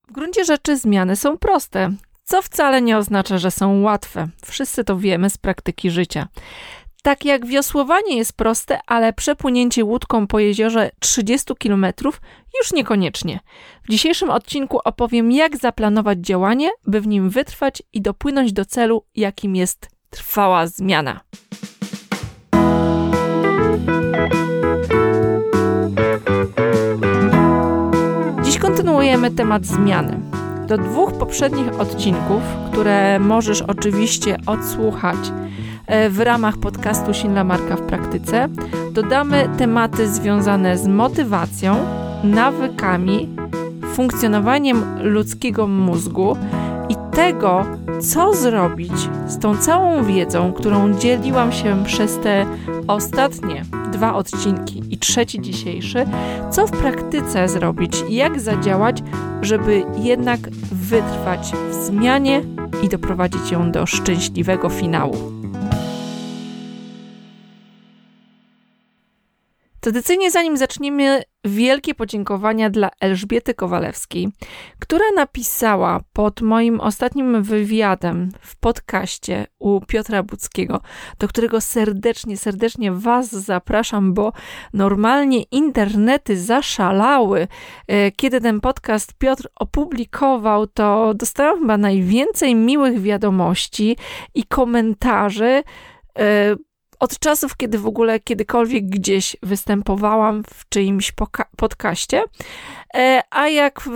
W gruncie rzeczy zmiany są proste, co wcale nie oznacza, że są łatwe. Wszyscy to wiemy z praktyki życia. Tak jak wiosłowanie jest proste, ale przepłynięcie łódką po jeziorze 30 km już niekoniecznie. W dzisiejszym odcinku opowiem, jak zaplanować działanie, by w nim wytrwać i dopłynąć do celu, jakim jest trwała zmiana. Dziś kontynuujemy temat zmiany. Do 2 poprzednich odcinków, które możesz oczywiście odsłuchać w ramach podcastu Silna Marka w praktyce, dodamy tematy związane z motywacją, nawykami, funkcjonowaniem ludzkiego mózgu i tego, co zrobić z tą całą wiedzą, którą dzieliłam się przez te ostatnie 2 odcinki i 3 dzisiejszy, co w praktyce zrobić i jak zadziałać, żeby jednak wytrwać w zmianie i doprowadzić ją do szczęśliwego finału. Tradycyjnie, zanim zaczniemy, wielkie podziękowania dla Elżbiety Kowalewskiej, która napisała pod moim ostatnim wywiadem w podcaście u Piotra Budzkiego, do którego serdecznie Was zapraszam, bo normalnie internety zaszalały. Kiedy ten podcast Piotr opublikował, to dostałam chyba najwięcej miłych wiadomości i komentarzy od czasów, kiedy w ogóle kiedykolwiek gdzieś występowałam w czyimś podcaście, a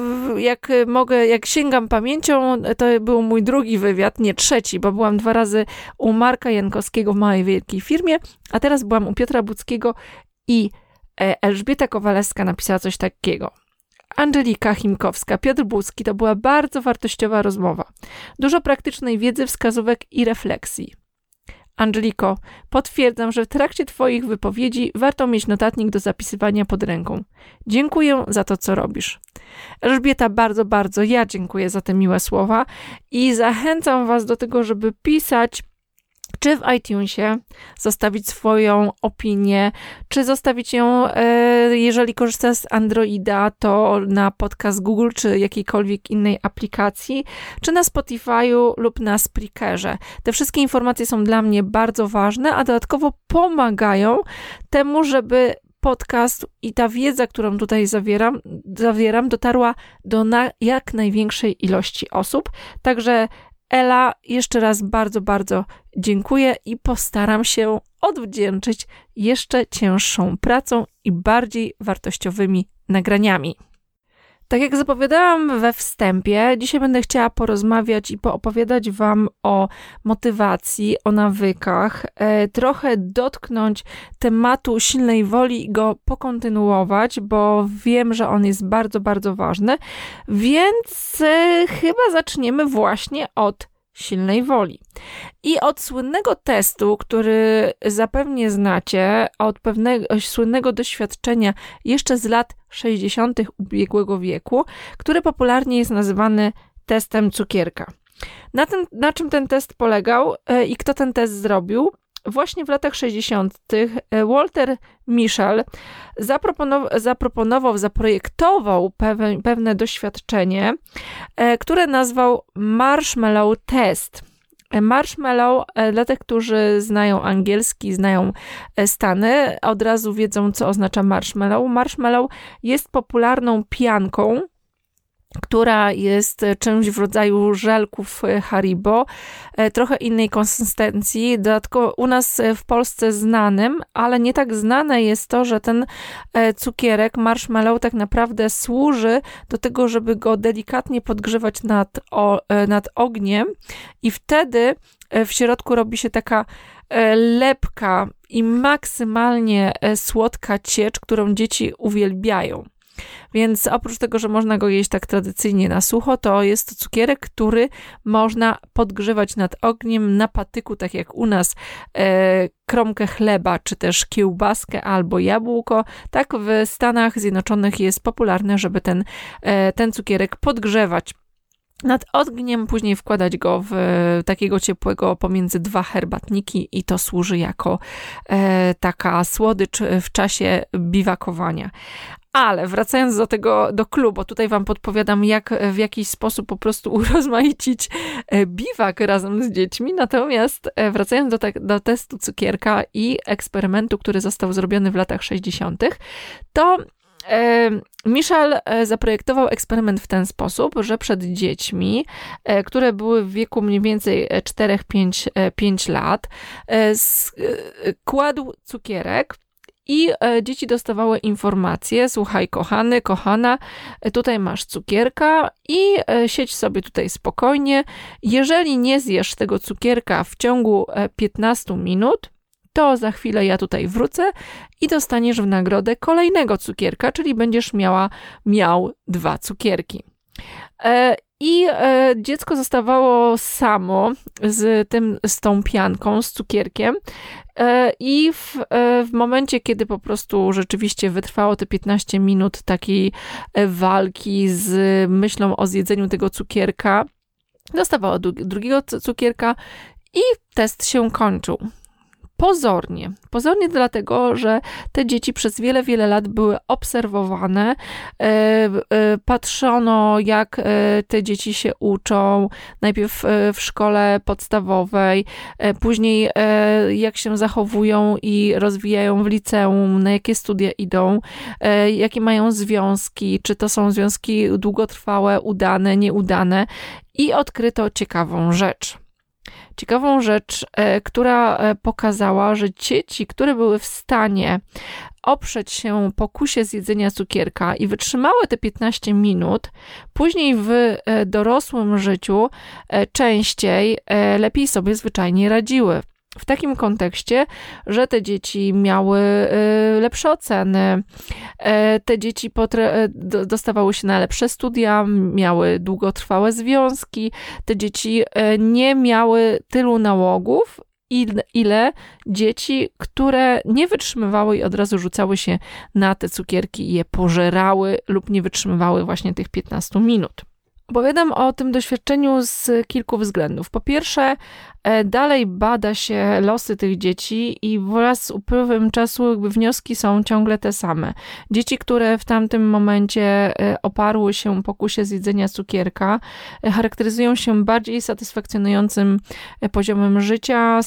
jak sięgam pamięcią, to był mój drugi wywiad, nie trzeci, bo byłam 2 razy u Marka Jankowskiego w Małej Wielkiej Firmie, a teraz byłam u Piotra Budzkiego i Elżbieta Kowalewska napisała coś takiego. Angelika Chimkowska, Piotr Budzki, to była bardzo wartościowa rozmowa. Dużo praktycznej wiedzy, wskazówek i refleksji. Angeliko, potwierdzam, że w trakcie Twoich wypowiedzi warto mieć notatnik do zapisywania pod ręką. Dziękuję za to, co robisz. Elżbieta, bardzo ja dziękuję za te miłe słowa i zachęcam Was do tego, żeby pisać czy w iTunesie, zostawić swoją opinię, czy zostawić ją, jeżeli korzysta z Androida, to na podcast Google, czy jakiejkolwiek innej aplikacji, czy na Spotify'u lub na Spreakerze. Te wszystkie informacje są dla mnie bardzo ważne, a dodatkowo pomagają temu, żeby podcast i ta wiedza, którą tutaj zawieram, dotarła do jak największej ilości osób. Także Ela, jeszcze raz bardzo dziękuję i postaram się odwdzięczyć jeszcze cięższą pracą i bardziej wartościowymi nagraniami. Tak jak zapowiadałam we wstępie, dzisiaj będę chciała porozmawiać i poopowiadać Wam o motywacji, o nawykach, trochę dotknąć tematu silnej woli i go pokontynuować, bo wiem, że on jest bardzo ważny, więc chyba zaczniemy właśnie od silnej woli. I od słynnego testu, który zapewne znacie, od pewnego słynnego doświadczenia jeszcze z lat 60. ubiegłego wieku, który popularnie jest nazywany testem cukierka. Na czym ten test polegał i kto ten test zrobił? Właśnie w latach 60. Walter Mischel zaprojektował pewne doświadczenie, które nazwał Marshmallow Test. Marshmallow, dla tych, którzy znają angielski, znają Stany, od razu wiedzą, co oznacza marshmallow. Marshmallow jest popularną pianką, która jest czymś w rodzaju żelków Haribo, trochę innej konsystencji. Dodatkowo u nas w Polsce znanym, ale nie tak znane jest to, że ten cukierek, marshmallow, tak naprawdę służy do tego, żeby go delikatnie podgrzewać nad ogniem i wtedy w środku robi się taka lepka i maksymalnie słodka ciecz, którą dzieci uwielbiają. Więc oprócz tego, że można go jeść tak tradycyjnie na sucho, to jest to cukierek, który można podgrzewać nad ogniem na patyku, tak jak u nas kromkę chleba, czy też kiełbaskę albo jabłko. Tak w Stanach Zjednoczonych jest popularne, żeby ten cukierek podgrzewać. nad ogniem, później wkładać go w takiego ciepłego pomiędzy 2 herbatniki i to służy jako taka słodycz w czasie biwakowania. Ale wracając do klubu, tutaj wam podpowiadam, jak w jakiś sposób po prostu urozmaicić biwak razem z dziećmi. Natomiast wracając do testu cukierka i eksperymentu, który został zrobiony w latach 60., to Michel zaprojektował eksperyment w ten sposób, że przed dziećmi, które były w wieku mniej więcej 4-5 lat, kładł cukierek i dzieci dostawały informacje: słuchaj, kochany, kochana, tutaj masz cukierka i siedź sobie tutaj spokojnie. Jeżeli nie zjesz tego cukierka w ciągu 15 minut, to za chwilę ja tutaj wrócę i dostaniesz w nagrodę kolejnego cukierka, czyli będziesz miał 2 cukierki. I dziecko zostawało samo z tą pianką, z cukierkiem, i w momencie, kiedy po prostu rzeczywiście wytrwało te 15 minut takiej walki z myślą o zjedzeniu tego cukierka, dostawało drugiego cukierka i test się kończył. Pozornie dlatego, że te dzieci przez wiele, wiele lat były obserwowane, patrzono, jak te dzieci się uczą, najpierw w szkole podstawowej, później jak się zachowują i rozwijają w liceum, na jakie studia idą, jakie mają związki, czy to są związki długotrwałe, udane, nieudane, i odkryto ciekawą rzecz, która pokazała, że dzieci, które były w stanie oprzeć się pokusie zjedzenia cukierka i wytrzymały te 15 minut, później w dorosłym życiu częściej, lepiej sobie zwyczajnie radziły. W takim kontekście, że te dzieci miały lepsze oceny, te dzieci dostawały się na lepsze studia, miały długotrwałe związki, te dzieci nie miały tylu nałogów, ile dzieci, które nie wytrzymywały i od razu rzucały się na te cukierki i je pożerały lub nie wytrzymywały właśnie tych 15 minut. Opowiadam o tym doświadczeniu z kilku względów. Po pierwsze, dalej bada się losy tych dzieci i wraz z upływem czasu wnioski są ciągle te same. Dzieci, które w tamtym momencie oparły się pokusie zjedzenia cukierka, charakteryzują się bardziej satysfakcjonującym poziomem życia,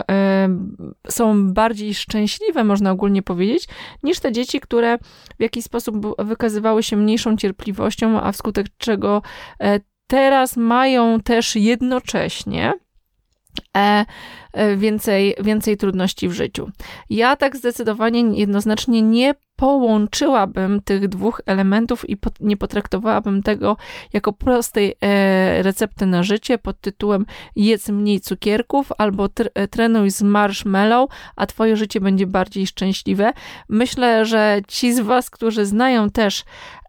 są bardziej szczęśliwe, można ogólnie powiedzieć, niż te dzieci, które w jakiś sposób wykazywały się mniejszą cierpliwością, a wskutek czego teraz mają też jednocześnie więcej trudności w życiu. Ja tak zdecydowanie jednoznacznie nie połączyłabym tych 2 elementów i nie potraktowałabym tego jako prostej recepty na życie pod tytułem jedz mniej cukierków albo trenuj z marshmallow, a twoje życie będzie bardziej szczęśliwe. Myślę, że ci z was, którzy znają też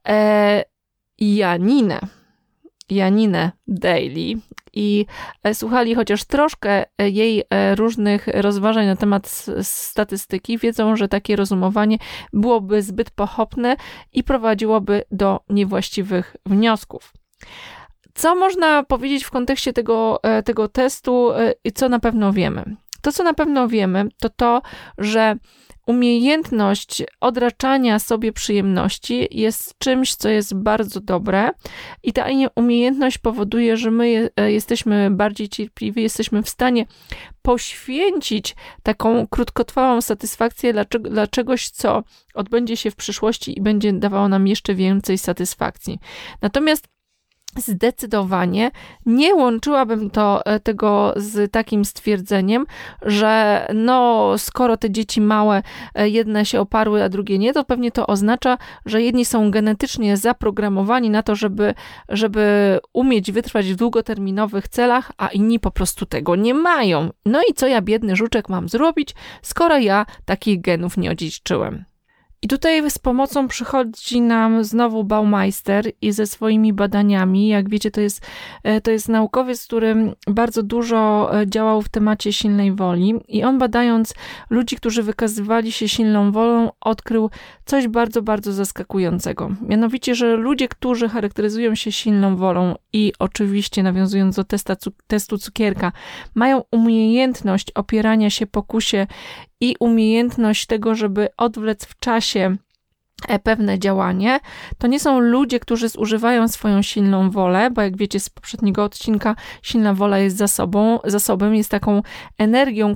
Janinę Daly i słuchali chociaż troszkę jej różnych rozważań na temat statystyki, wiedzą, że takie rozumowanie byłoby zbyt pochopne i prowadziłoby do niewłaściwych wniosków. Co można powiedzieć w kontekście tego testu i co na pewno wiemy? To, co na pewno wiemy, to, że umiejętność odraczania sobie przyjemności jest czymś, co jest bardzo dobre i ta umiejętność powoduje, że my jesteśmy bardziej cierpliwi, jesteśmy w stanie poświęcić taką krótkotrwałą satysfakcję dla czegoś, co odbędzie się w przyszłości i będzie dawało nam jeszcze więcej satysfakcji. Natomiast zdecydowanie nie łączyłabym tego z takim stwierdzeniem, że skoro te dzieci małe, jedne się oparły, a drugie nie, to pewnie to oznacza, że jedni są genetycznie zaprogramowani na to, żeby umieć wytrwać w długoterminowych celach, a inni po prostu tego nie mają. No i co ja, biedny żuczek, mam zrobić, skoro ja takich genów nie odziedziczyłem? I tutaj z pomocą przychodzi nam znowu Baumeister i ze swoimi badaniami. Jak wiecie, to jest naukowiec, który bardzo dużo działał w temacie silnej woli i on, badając ludzi, którzy wykazywali się silną wolą, odkrył coś bardzo, bardzo zaskakującego. Mianowicie, że ludzie, którzy charakteryzują się silną wolą i oczywiście, nawiązując do testu cukierka, mają umiejętność opierania się pokusie i umiejętność tego, żeby odwlec w czasie pewne działanie, to nie są ludzie, którzy zużywają swoją silną wolę, bo jak wiecie z poprzedniego odcinka, silna wola jest zasobem, jest taką energią,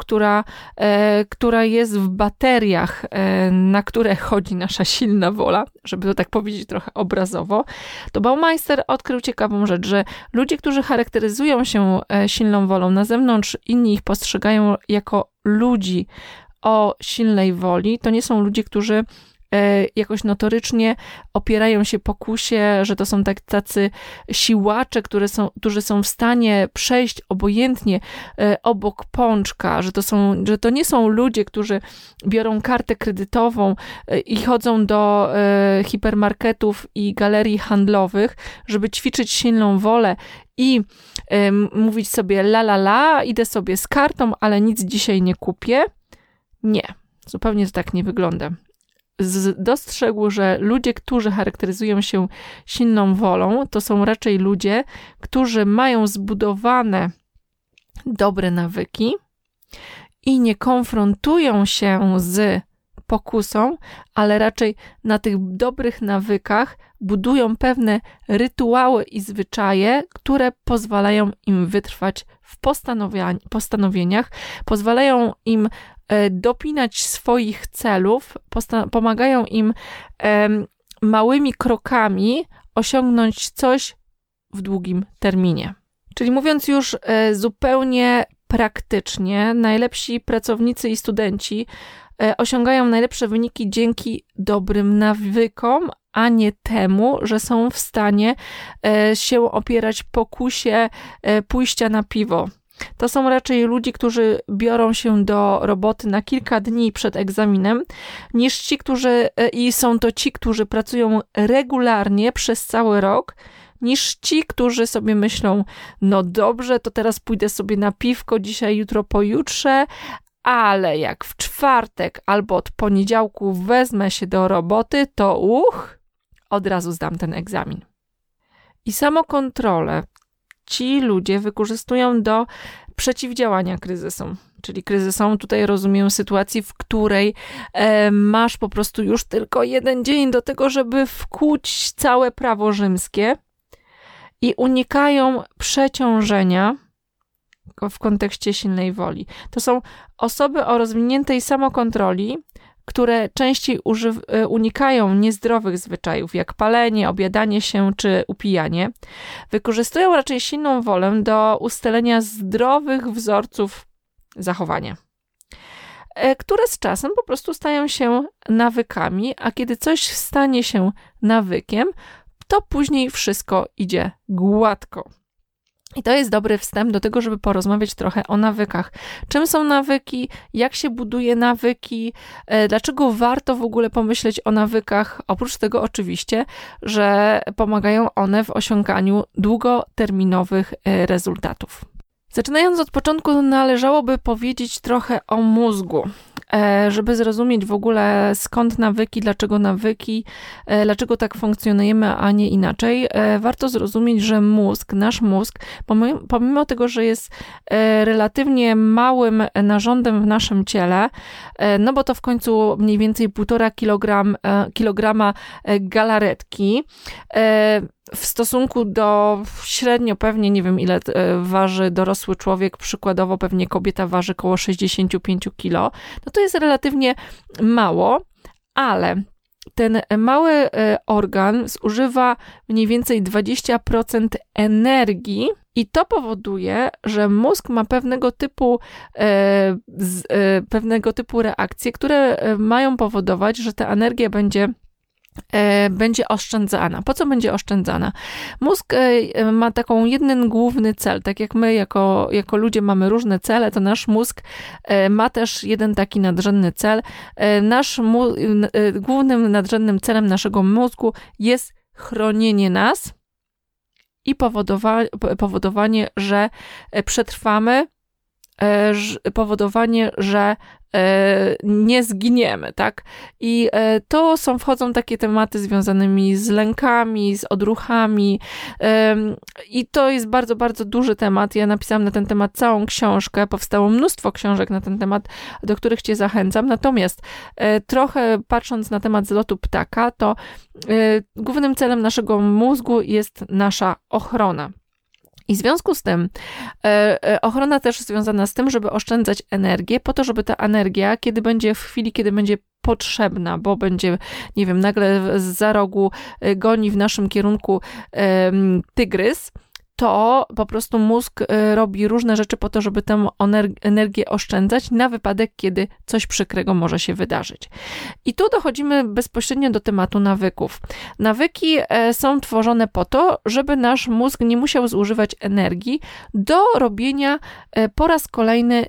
która jest w bateriach, na które chodzi nasza silna wola, żeby to tak powiedzieć trochę obrazowo. To Baumeister odkrył ciekawą rzecz, że ludzie, którzy charakteryzują się silną wolą, na zewnątrz inni ich postrzegają jako ludzi o silnej woli, to nie są ludzie, którzy jakoś notorycznie opierają się pokusie, że to są tacy siłacze, którzy są w stanie przejść obojętnie obok pączka, że to nie są ludzie, którzy biorą kartę kredytową i chodzą do hipermarketów i galerii handlowych, żeby ćwiczyć silną wolę i mówić sobie la, idę sobie z kartą, ale nic dzisiaj nie kupię. Nie, zupełnie to tak nie wygląda. Dostrzegł, że ludzie, którzy charakteryzują się silną wolą, to są raczej ludzie, którzy mają zbudowane dobre nawyki i nie konfrontują się z pokusą, ale raczej na tych dobrych nawykach budują pewne rytuały i zwyczaje, które pozwalają im wytrwać w postanowieniach, pozwalają im dopinać swoich celów, pomagają im małymi krokami osiągnąć coś w długim terminie. Czyli mówiąc już zupełnie praktycznie, najlepsi pracownicy i studenci osiągają najlepsze wyniki dzięki dobrym nawykom, a nie temu, że są w stanie się opierać pokusie pójścia na piwo. To są raczej ludzie, którzy biorą się do roboty na kilka dni przed egzaminem, niż są to ci, którzy pracują regularnie przez cały rok, niż ci, którzy sobie myślą, no dobrze, to teraz pójdę sobie na piwko dzisiaj, jutro, pojutrze, ale jak w czwartek albo od poniedziałku wezmę się do roboty, to od razu zdam ten egzamin. I samokontrolę ci ludzie wykorzystują do przeciwdziałania kryzysom. Czyli kryzysom tutaj rozumiem sytuacji, w której masz po prostu już tylko jeden dzień do tego, żeby wkuć całe prawo rzymskie i unikają przeciążenia w kontekście silnej woli. To są osoby o rozwiniętej samokontroli, które częściej unikają niezdrowych zwyczajów, jak palenie, obiadanie się czy upijanie. Wykorzystują raczej silną wolę do ustalenia zdrowych wzorców zachowania, które z czasem po prostu stają się nawykami, a kiedy coś stanie się nawykiem, to później wszystko idzie gładko. I to jest dobry wstęp do tego, żeby porozmawiać trochę o nawykach. Czym są nawyki, jak się buduje nawyki, dlaczego warto w ogóle pomyśleć o nawykach, oprócz tego oczywiście, że pomagają one w osiąganiu długoterminowych rezultatów. Zaczynając od początku, należałoby powiedzieć trochę o mózgu, żeby zrozumieć w ogóle skąd nawyki, dlaczego tak funkcjonujemy, a nie inaczej. Warto zrozumieć, że nasz mózg, pomimo tego, że jest relatywnie małym narządem w naszym ciele, no bo to w końcu mniej więcej 1,5 kilograma galaretki, w stosunku do średnio pewnie, nie wiem ile waży dorosły człowiek, przykładowo pewnie kobieta waży około 65 kg, no to jest relatywnie mało, ale ten mały organ zużywa mniej więcej 20% energii i to powoduje, że mózg ma pewnego typu reakcje, które mają powodować, że ta energia będzie będzie oszczędzana. Po co będzie oszczędzana? Mózg ma taką jeden główny cel. Tak jak my jako ludzie mamy różne cele, to nasz mózg ma też jeden taki nadrzędny cel. Głównym nadrzędnym celem naszego mózgu jest chronienie nas i powodowanie, że przetrwamy, powodowanie, że nie zginiemy, tak? I to wchodzą takie tematy związanymi z lękami, z odruchami i to jest bardzo, bardzo duży temat. Ja napisałam na ten temat całą książkę, powstało mnóstwo książek na ten temat, do których cię zachęcam. Natomiast trochę patrząc na temat zlotu ptaka, to głównym celem naszego mózgu jest nasza ochrona. I w związku z tym ochrona też związana z tym, żeby oszczędzać energię, po to, żeby ta energia, w chwili, kiedy będzie potrzebna, bo będzie, nie wiem, nagle za rogu goni w naszym kierunku tygrys, to po prostu mózg robi różne rzeczy po to, żeby tę energię oszczędzać na wypadek, kiedy coś przykrego może się wydarzyć. I tu dochodzimy bezpośrednio do tematu nawyków. Nawyki są tworzone po to, żeby nasz mózg nie musiał zużywać energii do robienia po raz kolejny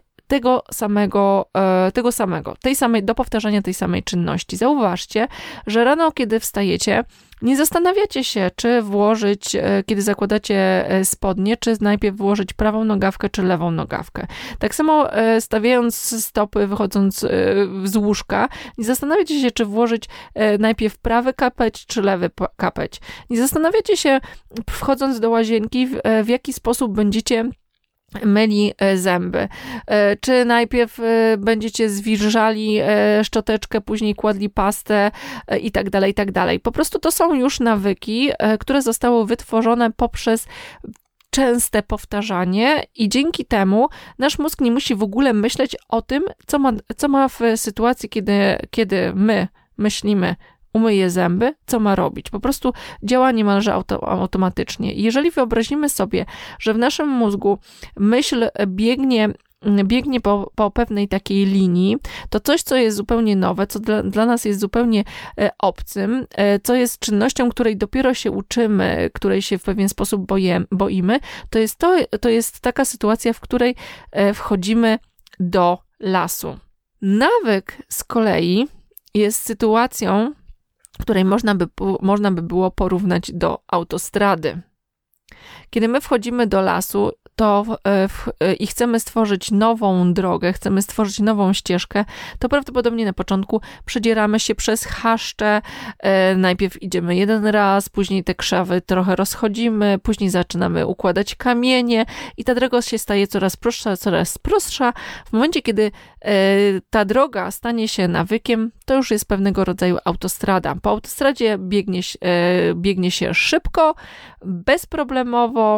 do powtarzania tej samej czynności. Zauważcie, że rano, kiedy wstajecie, nie zastanawiacie się, czy włożyć, kiedy zakładacie spodnie, czy najpierw włożyć prawą nogawkę, czy lewą nogawkę. Tak samo stawiając stopy, wychodząc z łóżka, nie zastanawiacie się, czy włożyć najpierw prawy kapeć, czy lewy kapeć. Nie zastanawiacie się, wchodząc do łazienki, w jaki sposób będziecie myli zęby. Czy najpierw będziecie zwilżali szczoteczkę, później kładli pastę i tak dalej, i tak dalej. Po prostu to są już nawyki, które zostały wytworzone poprzez częste powtarzanie i dzięki temu nasz mózg nie musi w ogóle myśleć o tym, co ma w sytuacji, kiedy my myślimy, umyje zęby, co ma robić. Po prostu działa niemalże automatycznie. I jeżeli wyobrazimy sobie, że w naszym mózgu myśl biegnie po pewnej takiej linii, to coś, co jest zupełnie nowe, co dla nas jest zupełnie obcym, co jest czynnością, której dopiero się uczymy, której się w pewien sposób boimy, to jest taka sytuacja, w której wchodzimy do lasu. Nawyk z kolei jest sytuacją, której można by było porównać do autostrady. Kiedy my wchodzimy do lasu i chcemy stworzyć nową drogę, chcemy stworzyć nową ścieżkę, to prawdopodobnie na początku przedzieramy się przez chaszcze, najpierw idziemy jeden raz, później te krzawy trochę rozchodzimy, później zaczynamy układać kamienie i ta droga się staje coraz prostsza. W momencie, kiedy ta droga stanie się nawykiem, to już jest pewnego rodzaju autostrada. Po autostradzie biegnie się szybko, bezproblemowo,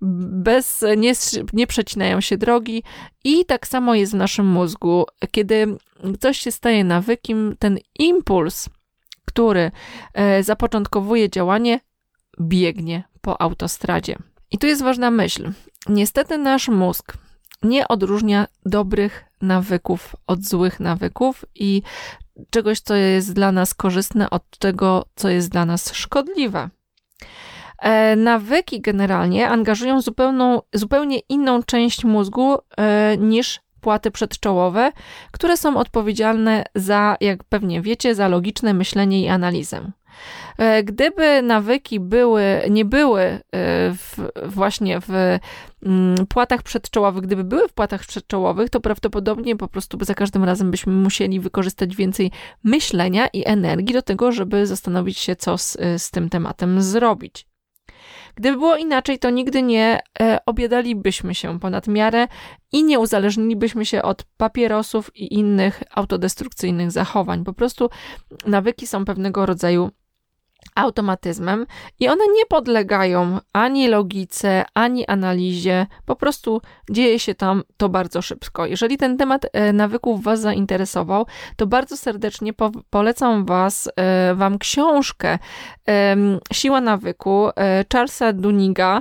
nie przecinają się drogi i tak samo jest w naszym mózgu. Kiedy coś się staje nawykiem, ten impuls, który zapoczątkowuje działanie, biegnie po autostradzie. I tu jest ważna myśl. Niestety nasz mózg nie odróżnia dobrych nawyków od złych nawyków i czegoś, co jest dla nas korzystne, od tego, co jest dla nas szkodliwe. Nawyki generalnie angażują zupełnie inną część mózgu niż płaty przedczołowe, które są odpowiedzialne za, jak pewnie wiecie, za logiczne myślenie i analizę. Gdyby nawyki nie były właśnie w płatach przedczołowych, gdyby były w płatach przedczołowych, to prawdopodobnie po prostu za każdym razem byśmy musieli wykorzystać więcej myślenia i energii do tego, żeby zastanowić się, co z tym tematem zrobić. Gdyby było inaczej, to nigdy nie obiadalibyśmy się ponad miarę i nie uzależnilibyśmy się od papierosów i innych autodestrukcyjnych zachowań. Po prostu nawyki są pewnego rodzaju automatyzmem i one nie podlegają ani logice, ani analizie, po prostu dzieje się tam to bardzo szybko. Jeżeli ten temat nawyków Was zainteresował, to bardzo serdecznie polecam Wam książkę Siła nawyku Charlesa Duhigga.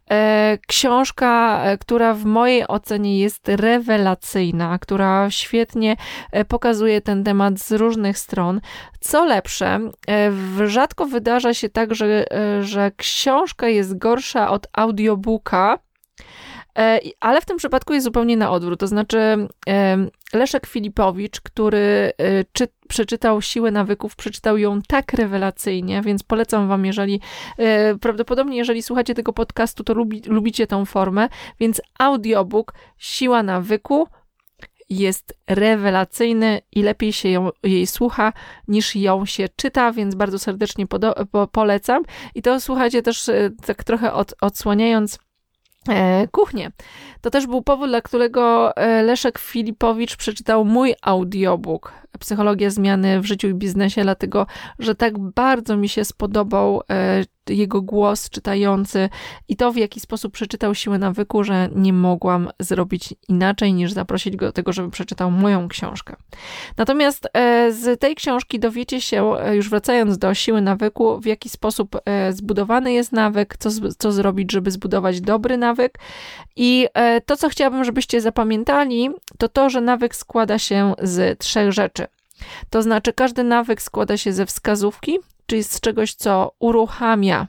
Książka, która w mojej ocenie jest rewelacyjna, która świetnie pokazuje ten temat z różnych stron. Co lepsze, rzadko wydarza się tak, że książka jest gorsza od audiobooka, ale w tym przypadku jest zupełnie na odwrót. To znaczy Leszek Filipowicz, który przeczytał Siłę nawyków, przeczytał ją tak rewelacyjnie, więc polecam wam, prawdopodobnie jeżeli słuchacie tego podcastu, to lubicie tą formę, więc audiobook Siła nawyku jest rewelacyjny i lepiej się jej słucha niż ją się czyta, więc bardzo serdecznie polecam. I to słuchajcie też tak trochę odsłaniając kuchnię. To też był powód, dla którego Leszek Filipowicz przeczytał mój audiobook Psychologia zmiany w życiu i biznesie, dlatego, że tak bardzo mi się spodobał jego głos czytający i to, w jaki sposób przeczytał Siłę nawyku, że nie mogłam zrobić inaczej niż zaprosić go do tego, żeby przeczytał moją książkę. Natomiast z tej książki dowiecie się, już wracając do Siły nawyku, w jaki sposób zbudowany jest nawyk, co zrobić, żeby zbudować dobry nawyk i to, co chciałabym, żebyście zapamiętali, to, że nawyk składa się z 3 rzeczy. To znaczy, każdy nawyk składa się ze wskazówki, czyli z czegoś, co uruchamia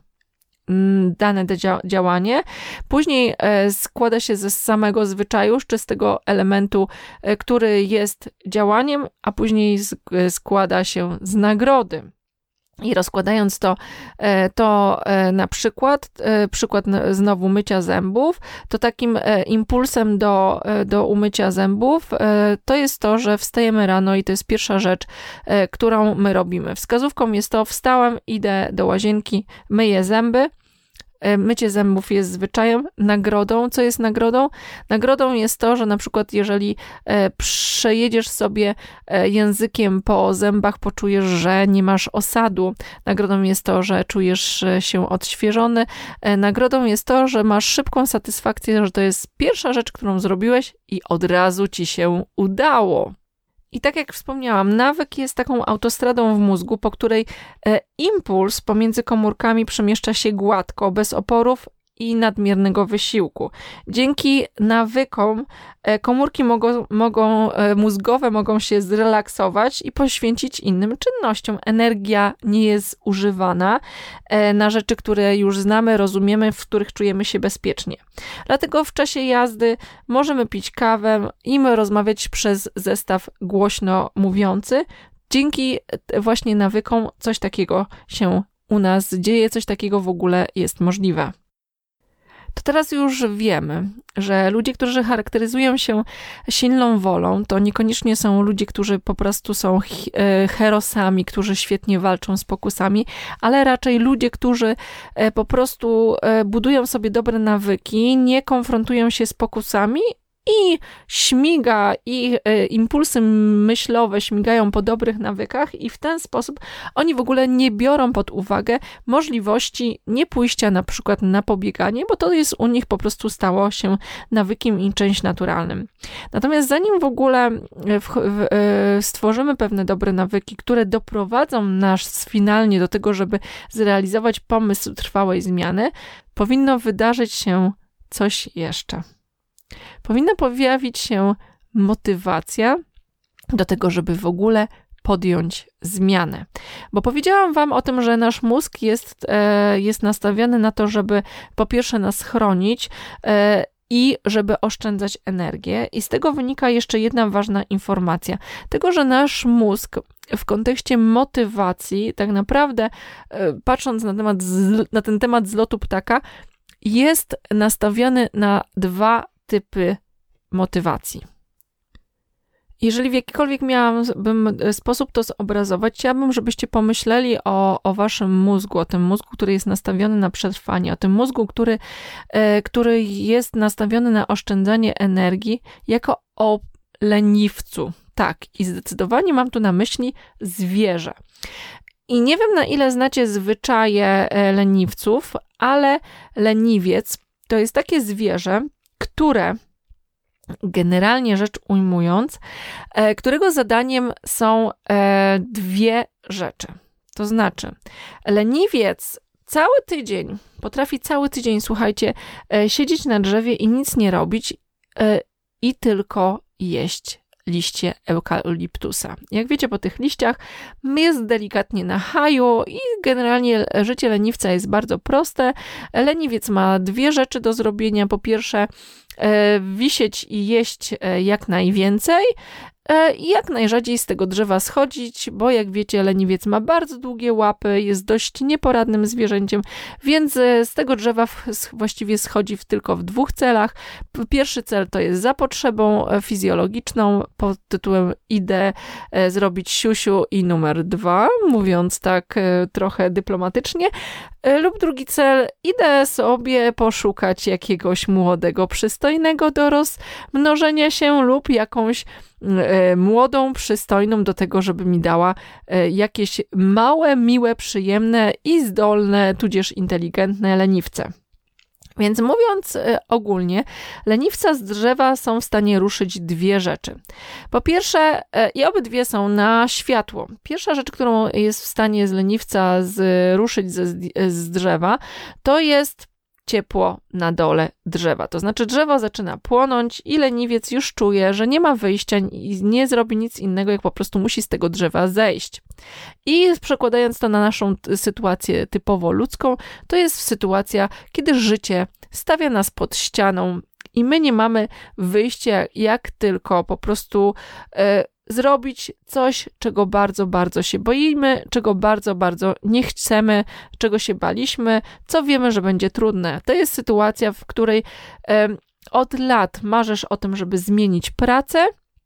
dane działanie. Później składa się ze samego zwyczaju, z czystego elementu, który jest działaniem, a później składa się z nagrody. I rozkładając to na przykład znowu mycia zębów, to takim impulsem do umycia zębów to jest to, że wstajemy rano i to jest pierwsza rzecz, którą my robimy. Wskazówką jest to, wstałem, idę do łazienki, myję zęby. Mycie zębów jest zwyczajem. Nagrodą, co jest nagrodą? Nagrodą jest to, że na przykład jeżeli przejedziesz sobie językiem po zębach, poczujesz, że nie masz osadu. Nagrodą jest to, że czujesz się odświeżony. Nagrodą jest to, że masz szybką satysfakcję, że to jest pierwsza rzecz, którą zrobiłeś i od razu ci się udało. I tak jak wspomniałam, nawyk jest taką autostradą w mózgu, po której impuls pomiędzy komórkami przemieszcza się gładko, bez oporów i nadmiernego wysiłku. Dzięki nawykom komórki mózgowe mogą się zrelaksować i poświęcić innym czynnościom. Energia nie jest używana na rzeczy, które już znamy, rozumiemy, w których czujemy się bezpiecznie. Dlatego w czasie jazdy możemy pić kawę i rozmawiać przez zestaw głośno mówiący. Dzięki właśnie nawykom coś takiego się u nas dzieje, coś takiego w ogóle jest możliwe. To teraz już wiemy, że ludzie, którzy charakteryzują się silną wolą, to niekoniecznie są ludzie, którzy po prostu są herosami, którzy świetnie walczą z pokusami, ale raczej ludzie, którzy po prostu budują sobie dobre nawyki, nie konfrontują się z pokusami i impulsy myślowe śmigają po dobrych nawykach i w ten sposób oni w ogóle nie biorą pod uwagę możliwości nie pójścia na przykład na pobieganie, bo to jest u nich po prostu stało się nawykiem i czymś naturalnym. Natomiast zanim w ogóle stworzymy pewne dobre nawyki, które doprowadzą nas finalnie do tego, żeby zrealizować pomysł trwałej zmiany, powinno wydarzyć się coś jeszcze. Powinna pojawić się motywacja do tego, żeby w ogóle podjąć zmianę. Bo powiedziałam wam o tym, że nasz mózg jest nastawiony na to, żeby po pierwsze nas chronić i żeby oszczędzać energię. I z tego wynika jeszcze jedna ważna informacja. Tego, że nasz mózg w kontekście motywacji, tak naprawdę patrząc na ten temat z lotu ptaka, jest nastawiony na 2 typy motywacji. Jeżeli w jakikolwiek miałabym sposób to zobrazować, chciałabym, żebyście pomyśleli o waszym mózgu, o tym mózgu, który jest nastawiony na przetrwanie, o tym mózgu, który jest nastawiony na oszczędzanie energii, jako o leniwcu. Tak, i zdecydowanie mam tu na myśli zwierzę. I nie wiem, na ile znacie zwyczaje leniwców, ale leniwiec to jest takie zwierzę, które generalnie rzecz ujmując, którego zadaniem są 2 rzeczy. To znaczy, leniwiec potrafi cały tydzień, słuchajcie, siedzieć na drzewie i nic nie robić i tylko jeść liście eukaliptusa. Jak wiecie, po tych liściach jest delikatnie na haju i generalnie życie leniwca jest bardzo proste. Leniwiec ma 2 rzeczy do zrobienia. Po pierwsze, wisieć i jeść jak najwięcej i jak najrzadziej z tego drzewa schodzić, bo jak wiecie, leniwiec ma bardzo długie łapy, jest dość nieporadnym zwierzęciem, więc z tego drzewa właściwie schodzi tylko w 2 celach. Pierwszy cel to jest za potrzebą fizjologiczną pod tytułem idę zrobić siusiu i numer 2, mówiąc tak trochę dyplomatycznie, lub drugi cel, idę sobie poszukać jakiegoś młodego, przystojnego do rozmnożenia się lub jakąś młodą, przystojną do tego, żeby mi dała jakieś małe, miłe, przyjemne i zdolne, tudzież inteligentne leniwce. Więc mówiąc ogólnie, leniwca z drzewa są w stanie ruszyć 2 rzeczy. Po pierwsze, i obydwie są na światło. Pierwsza rzecz, którą jest w stanie z leniwca ruszyć z drzewa, to jest ciepło na dole drzewa. To znaczy drzewo zaczyna płonąć i leniwiec już czuje, że nie ma wyjścia i nie zrobi nic innego, jak po prostu musi z tego drzewa zejść. I przekładając to na naszą sytuację typowo ludzką, to jest sytuacja, kiedy życie stawia nas pod ścianą i my nie mamy wyjścia, jak tylko po prostu zrobić coś, czego bardzo, bardzo się boimy, czego bardzo, bardzo nie chcemy, czego się baliśmy, co wiemy, że będzie trudne. To jest sytuacja, w której od lat marzysz o tym, żeby zmienić pracę,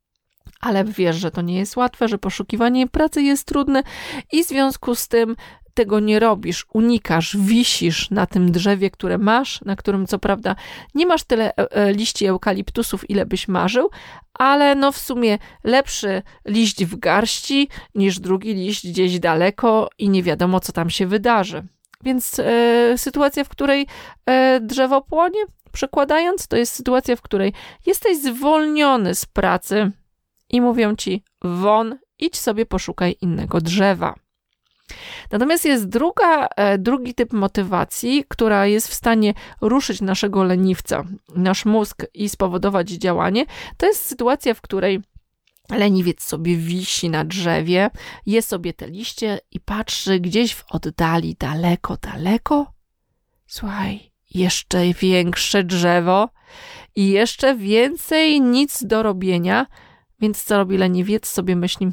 ale wiesz, że to nie jest łatwe, że poszukiwanie pracy jest trudne i w związku z tym tego nie robisz, unikasz, wisisz na tym drzewie, które masz, na którym co prawda nie masz tyle liści eukaliptusów, ile byś marzył, ale no w sumie lepszy liść w garści niż drugi liść gdzieś daleko i nie wiadomo, co tam się wydarzy. Więc sytuacja, w której drzewo płonie, przekładając, to jest sytuacja, w której jesteś zwolniony z pracy i mówią ci, won, idź sobie poszukaj innego drzewa. Natomiast jest drugi typ motywacji, która jest w stanie ruszyć naszego leniwca, nasz mózg i spowodować działanie. To jest sytuacja, w której leniwiec sobie wisi na drzewie, je sobie te liście i patrzy gdzieś w oddali, daleko, daleko. Słuchaj, jeszcze większe drzewo i jeszcze więcej nic do robienia. Więc co robi leniwiec? Sobie myśli,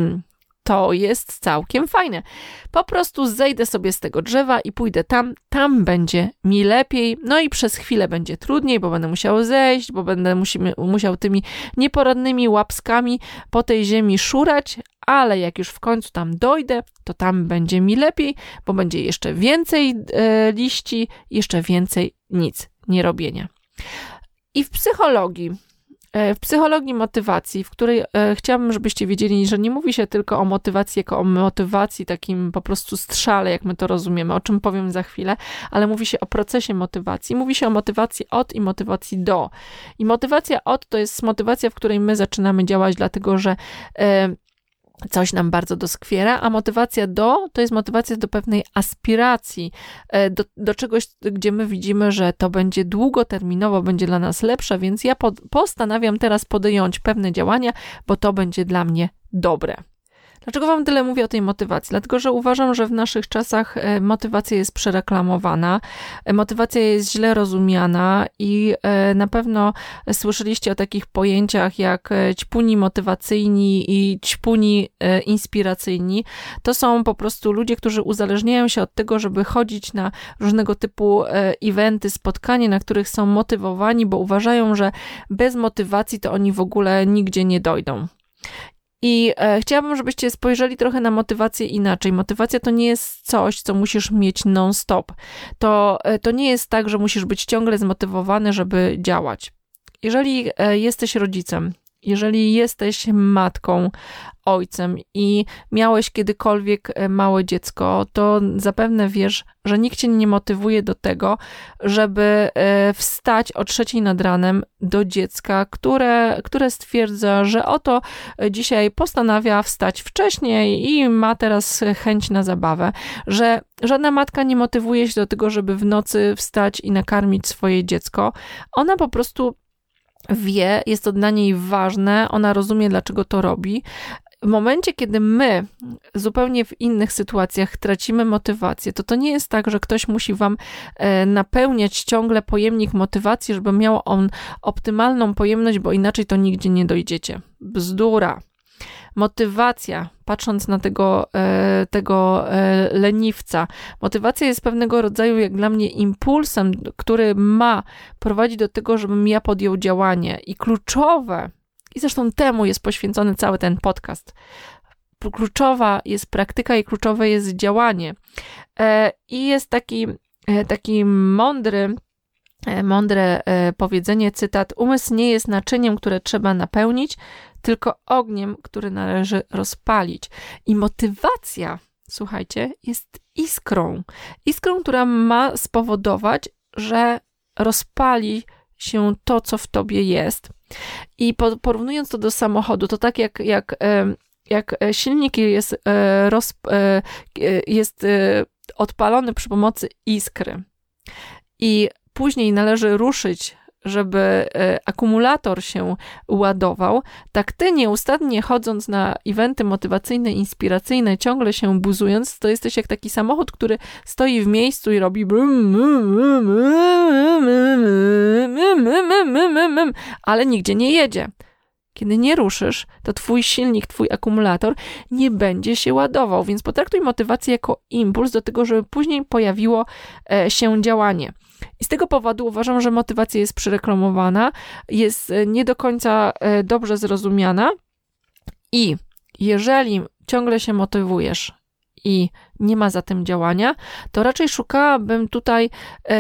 to jest całkiem fajne. Po prostu zejdę sobie z tego drzewa i pójdę tam będzie mi lepiej, no i przez chwilę będzie trudniej, bo będę musiał zejść, bo będę musiał tymi nieporadnymi łapskami po tej ziemi szurać, ale jak już w końcu tam dojdę, to tam będzie mi lepiej, bo będzie jeszcze więcej liści, jeszcze więcej nic nie robienia. I w psychologii motywacji, w której chciałabym, żebyście wiedzieli, że nie mówi się tylko o motywacji jako o motywacji takim po prostu strzale, jak my to rozumiemy, o czym powiem za chwilę, ale mówi się o procesie motywacji. Mówi się o motywacji od i motywacji do. I motywacja od to jest motywacja, w której my zaczynamy działać, dlatego że coś nam bardzo doskwiera, a motywacja do to jest motywacja do pewnej aspiracji, do czegoś, gdzie my widzimy, że to będzie długoterminowo, będzie dla nas lepsze, więc ja postanawiam teraz podjąć pewne działania, bo to będzie dla mnie dobre. Dlaczego wam tyle mówię o tej motywacji? Dlatego, że uważam, że w naszych czasach motywacja jest przereklamowana, motywacja jest źle rozumiana i na pewno słyszeliście o takich pojęciach jak ćpuni motywacyjni i ćpuni inspiracyjni. To są po prostu ludzie, którzy uzależniają się od tego, żeby chodzić na różnego typu eventy, spotkania, na których są motywowani, bo uważają, że bez motywacji to oni w ogóle nigdzie nie dojdą. I chciałabym, żebyście spojrzeli trochę na motywację inaczej. Motywacja to nie jest coś, co musisz mieć non-stop. To nie jest tak, że musisz być ciągle zmotywowany, żeby działać. Jeżeli jesteś rodzicem Jeżeli jesteś matką, ojcem i miałeś kiedykolwiek małe dziecko, to zapewne wiesz, że nikt cię nie motywuje do tego, żeby wstać o 3:00 nad ranem do dziecka, które stwierdza, że oto dzisiaj postanawia wstać wcześniej i ma teraz chęć na zabawę, że żadna matka nie motywuje się do tego, żeby w nocy wstać i nakarmić swoje dziecko. Ona po prostu wie, jest to dla niej ważne, ona rozumie, dlaczego to robi. W momencie, kiedy my zupełnie w innych sytuacjach tracimy motywację, to nie jest tak, że ktoś musi wam napełniać ciągle pojemnik motywacji, żeby miał on optymalną pojemność, bo inaczej to nigdzie nie dojdziecie. Bzdura. Motywacja, patrząc na tego leniwca, motywacja jest pewnego rodzaju, jak dla mnie, impulsem, który ma prowadzić do tego, żebym ja podjął działanie. I kluczowe, i zresztą temu jest poświęcony cały ten podcast, kluczowa jest praktyka i kluczowe jest działanie. I jest taki mądre powiedzenie, cytat: umysł nie jest naczyniem, które trzeba napełnić, tylko ogniem, który należy rozpalić. I motywacja, słuchajcie, jest iskrą, która ma spowodować, że rozpali się to, co w tobie jest. I porównując to do samochodu, to tak jak silnik jest odpalony przy pomocy iskry i później należy ruszyć, żeby akumulator się ładował, tak ty nieustannie chodząc na eventy motywacyjne, inspiracyjne, ciągle się buzując, to jesteś jak taki samochód, który stoi w miejscu i robi ale nigdzie nie jedzie. Kiedy nie ruszysz, to twój silnik, twój akumulator nie będzie się ładował, więc potraktuj motywację jako impuls do tego, żeby później pojawiło się działanie. I z tego powodu uważam, że motywacja jest przyreklamowana, jest nie do końca dobrze zrozumiana i jeżeli ciągle się motywujesz i nie ma za tym działania, to raczej szukałabym tutaj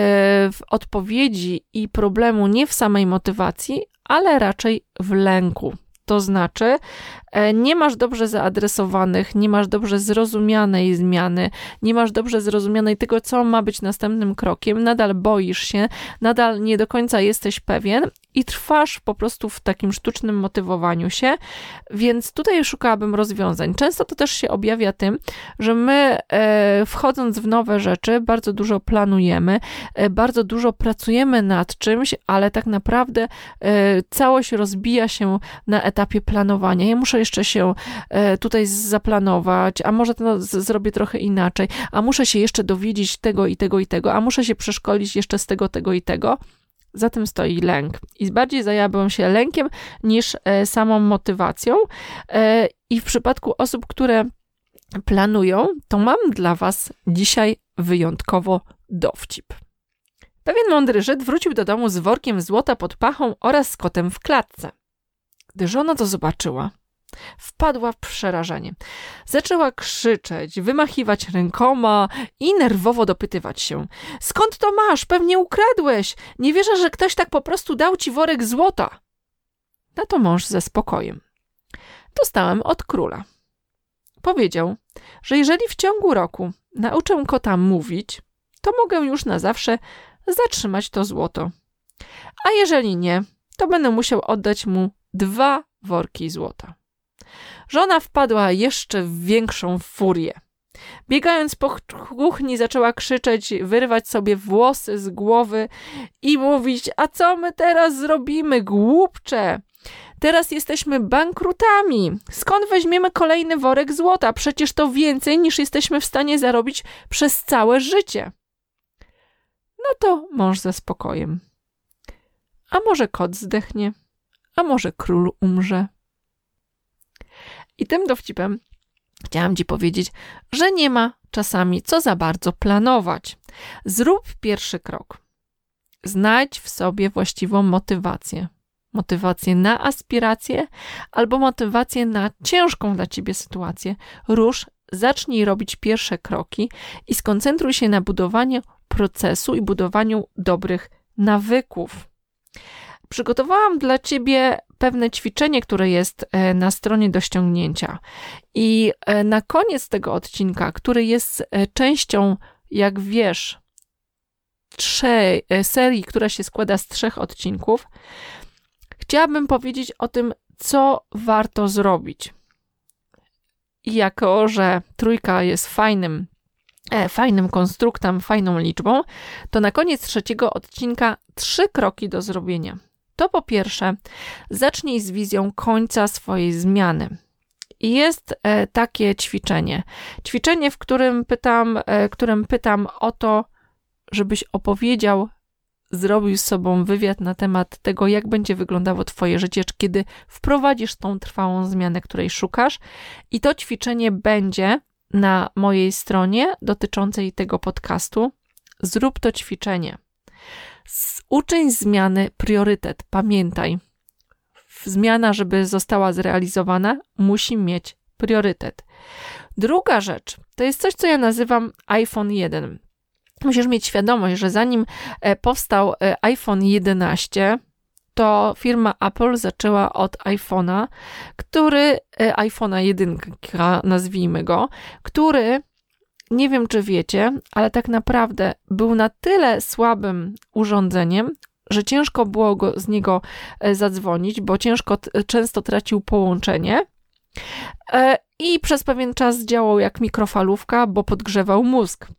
w odpowiedzi i problemu nie w samej motywacji, ale raczej w lęku. To znaczy, nie masz dobrze zaadresowanych, nie masz dobrze zrozumianej zmiany, nie masz dobrze zrozumianej tego, co ma być następnym krokiem, nadal boisz się, nadal nie do końca jesteś pewien i trwasz po prostu w takim sztucznym motywowaniu się, więc tutaj szukałabym rozwiązań. Często to też się objawia tym, że my wchodząc w nowe rzeczy bardzo dużo planujemy, bardzo dużo pracujemy nad czymś, ale tak naprawdę całość rozbija się na etapie planowania. Ja muszę jeszcze się tutaj zaplanować, a może to zrobię trochę inaczej, a muszę się jeszcze dowiedzieć tego i tego i tego, a muszę się przeszkolić jeszcze z tego i tego. Za tym stoi lęk. I bardziej zajęłabym się lękiem niż samą motywacją. I w przypadku osób, które planują, to mam dla was dzisiaj wyjątkowo dowcip. Pewien mądry Żyd wrócił do domu z workiem złota pod pachą oraz z kotem w klatce. Gdy żona to zobaczyła, wpadła w przerażenie. Zaczęła krzyczeć, wymachiwać rękoma i nerwowo dopytywać się. Skąd to masz? Pewnie ukradłeś. Nie wierzę, że ktoś tak po prostu dał ci worek złota. Na to mąż ze spokojem. Dostałem od króla. Powiedział, że jeżeli w ciągu roku nauczę kota mówić, to mogę już na zawsze zatrzymać to złoto. A jeżeli nie, to będę musiał oddać mu 2 worki złota. Żona wpadła jeszcze w większą furię. Biegając po kuchni zaczęła krzyczeć, wyrywać sobie włosy z głowy i mówić, a co my teraz zrobimy, głupcze? Teraz jesteśmy bankrutami. Skąd weźmiemy kolejny worek złota? Przecież to więcej niż jesteśmy w stanie zarobić przez całe życie. No to mąż ze spokojem. A może kot zdechnie? A może król umrze? I tym dowcipem chciałam ci powiedzieć, że nie ma czasami co za bardzo planować. Zrób pierwszy krok. Znajdź w sobie właściwą motywację. Motywację na aspiracje albo motywację na ciężką dla ciebie sytuację. Rusz, zacznij robić pierwsze kroki i skoncentruj się na budowaniu procesu i budowaniu dobrych nawyków. przygotowałam dla Ciebie pewne ćwiczenie, które jest na stronie do ściągnięcia. I na koniec tego odcinka, który jest częścią, jak wiesz, serii, która się składa z 3 odcinków, chciałabym powiedzieć o tym, co warto zrobić. I jako że 3 jest fajnym konstruktem, fajną liczbą, to na koniec 3 odcinka 3 kroki do zrobienia. To po pierwsze, zacznij z wizją końca swojej zmiany. I jest takie ćwiczenie. Ćwiczenie, w którym pytam o to, żebyś zrobił z sobą wywiad na temat tego, jak będzie wyglądało Twoje życie, kiedy wprowadzisz tą trwałą zmianę, której szukasz. I to ćwiczenie będzie na mojej stronie dotyczącej tego podcastu. Zrób to ćwiczenie. Uczyń zmiany priorytet. Pamiętaj, zmiana, żeby została zrealizowana, musi mieć priorytet. Druga rzecz, to jest coś, co ja nazywam iPhone 1. Musisz mieć świadomość, że zanim powstał iPhone 11, to firma Apple zaczęła od iPhone'a, iPhone'a 1, nazwijmy go, który, nie wiem czy wiecie, ale tak naprawdę był na tyle słabym urządzeniem, że ciężko było z niego zadzwonić, bo często tracił połączenie i przez pewien czas działał jak mikrofalówka, bo podgrzewał mózg.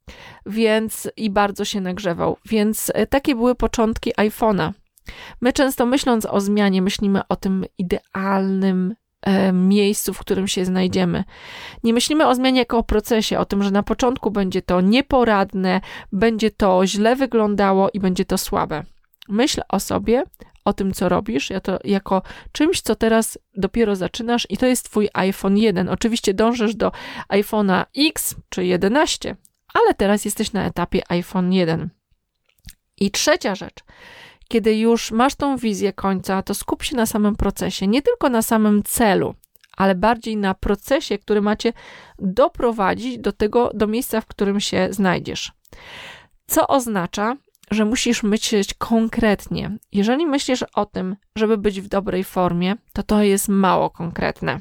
I bardzo się nagrzewał. Więc takie były początki iPhone'a. My często myśląc o zmianie, myślimy o tym idealnym miejscu, w którym się znajdziemy. Nie myślimy o zmianie jako o procesie, o tym, że na początku będzie to nieporadne, będzie to źle wyglądało i będzie to słabe. Myśl o sobie, o tym, co robisz, jako czymś, co teraz dopiero zaczynasz i to jest Twój iPhone 1. Oczywiście dążysz do iPhone'a X czy 11, ale teraz jesteś na etapie iPhone 1. I trzecia rzecz, kiedy już masz tą wizję końca, to skup się na samym procesie, nie tylko na samym celu, ale bardziej na procesie, który macie doprowadzić do miejsca, w którym się znajdziesz. Co oznacza, że musisz myśleć konkretnie. Jeżeli myślisz o tym, żeby być w dobrej formie, to jest mało konkretne.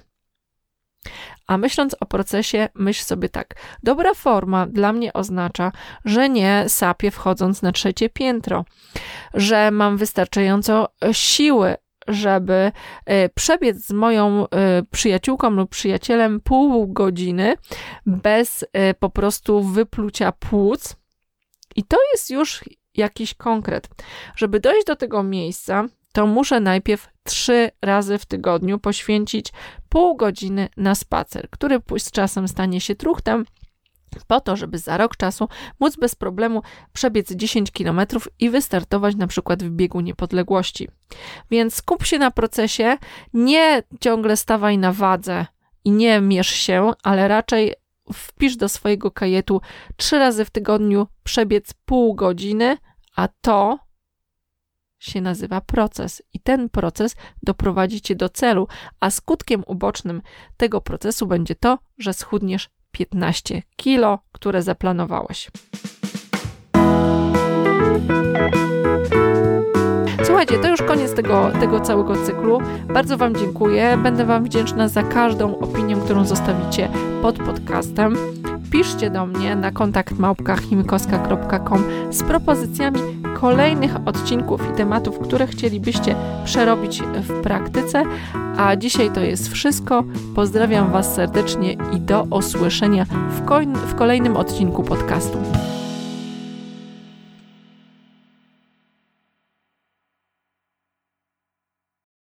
A myśląc o procesie, myśl sobie tak. Dobra forma dla mnie oznacza, że nie sapię wchodząc na 3. piętro, że mam wystarczająco siły, żeby przebiec z moją przyjaciółką lub przyjacielem pół godziny bez po prostu wyplucia płuc. I to jest już jakiś konkret. Żeby dojść do tego miejsca, to muszę najpierw 3 razy w tygodniu poświęcić pół godziny na spacer, który z czasem stanie się truchtem, po to, żeby za rok czasu móc bez problemu przebiec 10 km i wystartować na przykład w biegu niepodległości. Więc skup się na procesie, nie ciągle stawaj na wadze i nie mierz się, ale raczej wpisz do swojego kajetu 3 razy w tygodniu przebiec pół godziny, a to się nazywa proces i ten proces doprowadzi cię do celu, a skutkiem ubocznym tego procesu będzie to, że schudniesz 15 kilo, które zaplanowałeś. Słuchajcie, to już koniec tego całego cyklu. Bardzo Wam dziękuję. Będę Wam wdzięczna za każdą opinię, którą zostawicie pod podcastem. Piszcie do mnie na kontakt@chimikowska.com z propozycjami kolejnych odcinków i tematów, które chcielibyście przerobić w praktyce. A dzisiaj to jest wszystko. Pozdrawiam Was serdecznie i do usłyszenia w kolejnym odcinku podcastu.